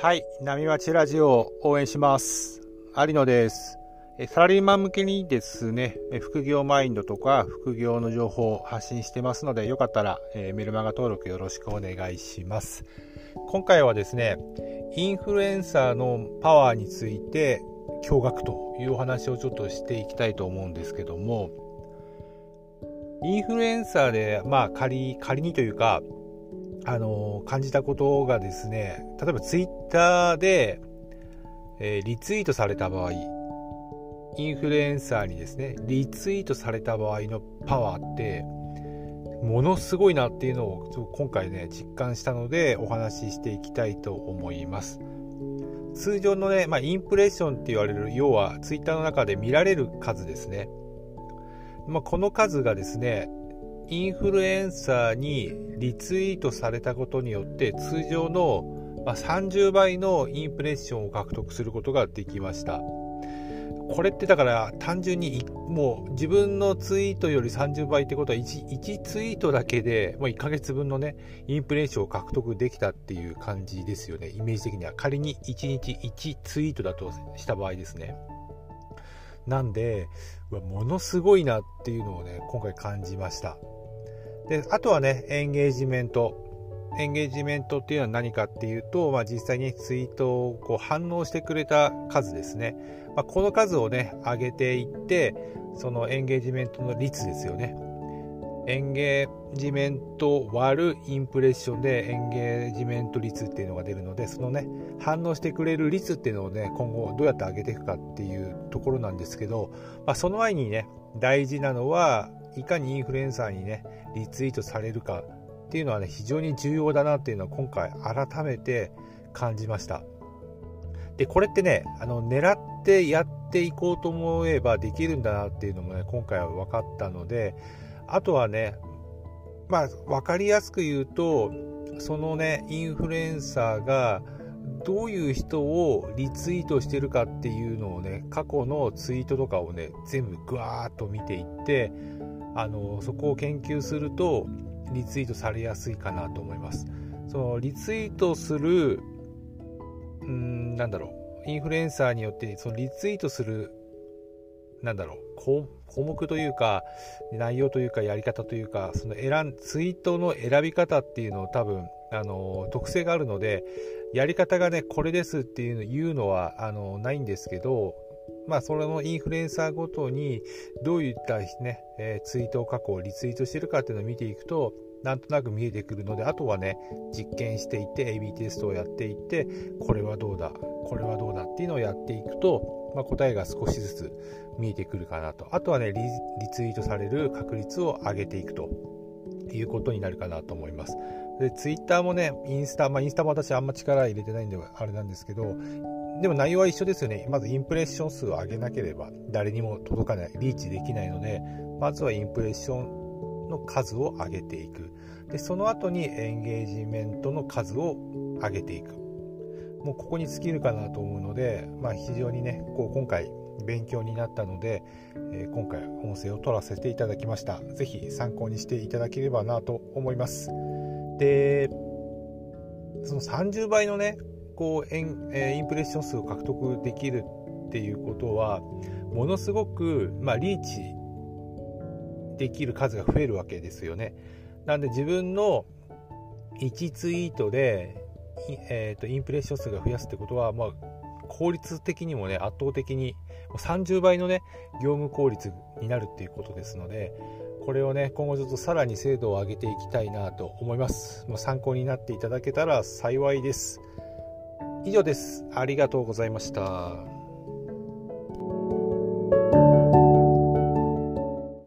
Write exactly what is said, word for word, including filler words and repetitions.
はい、波町ラジオを応援します。有野です。サラリーマン向けにですね、副業マインドとか副業の情報を発信してますので、よかったらメルマガ登録よろしくお願いします。今回はですね、インフルエンサーのパワーについて驚愕というお話をちょっとしていきたいと思うんですけども、インフルエンサーでまあ仮仮にというかあの感じたことがですね、例えばツイッターで、えー、リツイートされた場合、インフルエンサーにですねリツイートされた場合のパワーってものすごいなっていうのを今回ね実感したのでお話ししていきたいと思います。通常のね、まあ、インプレッションって言われる、要はツイッターの中で見られる数ですね、まあ、この数がですねインフルエンサーにリツイートされたことによって通常のさんじゅうばいのインプレッションを獲得することができました。これってだから単純にもう自分のツイートよりさんじゅうばいってことは 1, いちツイートだけでもういっかげつぶんのねインプレッションを獲得できたっていう感じですよね。イメージ的には仮にいちにちいちツイートだとした場合ですね。なんでものすごいなっていうのをね今回感じました。であとはねエンゲージメントエンゲージメントっていうのは何かっていうと、まあ、実際にツイートをこう反応してくれた数ですね、まあ、この数をね上げていってそのエンゲージメントの率ですよね。エンゲージメント割るインプレッションでエンゲージメント率っていうのが出るので、そのね反応してくれる率っていうのをね今後どうやって上げていくかっていうところなんですけど、まあ、その前にね大事なのはいかにインフルエンサーにねリツイートされるかっていうのはね非常に重要だなっていうのは今回改めて感じました。でこれってねあの狙ってやっていこうと思えばできるんだなっていうのもね今回は分かったので、あとはねまあ分かりやすく言うとそのねインフルエンサーがどういう人をリツイートしてるかっていうのをね過去のツイートとかをね全部ぐわーっと見ていってあのそこを研究するとリツイートされやすいかなと思います。そのリツイートするうーんなんだろうインフルエンサーによってそのリツイートするなんだろう項目というか内容というかやり方というかその選んツイートの選び方っていうのを多分あの特性があるのでやり方がねこれですっていうの言うのはあのないんですけど、まあそのインフルエンサーごとにどういったね、えー、ツイートを過去リツイートしてるかっていうのを見ていくとなんとなく見えてくるので、あとはね実験していって エービー テストをやっていってこれはどうだこれはどうだっていうのをやっていくと、まあ、答えが少しずつ見えてくるかなと。あとはね リ, リツイートされる確率を上げていくということになるかなと思います。でツイッターもねインスタ、まあ、インスタも私あんま力入れてないんであれなんですけど、でも内容は一緒ですよね。まずインプレッション数を上げなければ誰にも届かない、リーチできないので、まずはインプレッションの数を上げていく。でその後にエンゲージメントの数を上げていく。もうここに尽きるかなと思うので、まあ、非常にねこう今回勉強になったので、えー、今回音声を取らせていただきました。ぜひ参考にしていただければなと思います。でそのさんじゅうばいのねこうエン、えー、インプレッション数を獲得できるっていうことはものすごく、まあ、リーチできる数が増えるわけですよね。なんで自分のいちツイートで、えー、とインプレッション数が増やすってことは、まあ、効率的にもね圧倒的にさんじゅうばいのね業務効率になるっていうことですので、これをね今後ちょっとさらに精度を上げていきたいなと思います。もう参考になっていただけたら幸いです。以上です。ありがとうございました。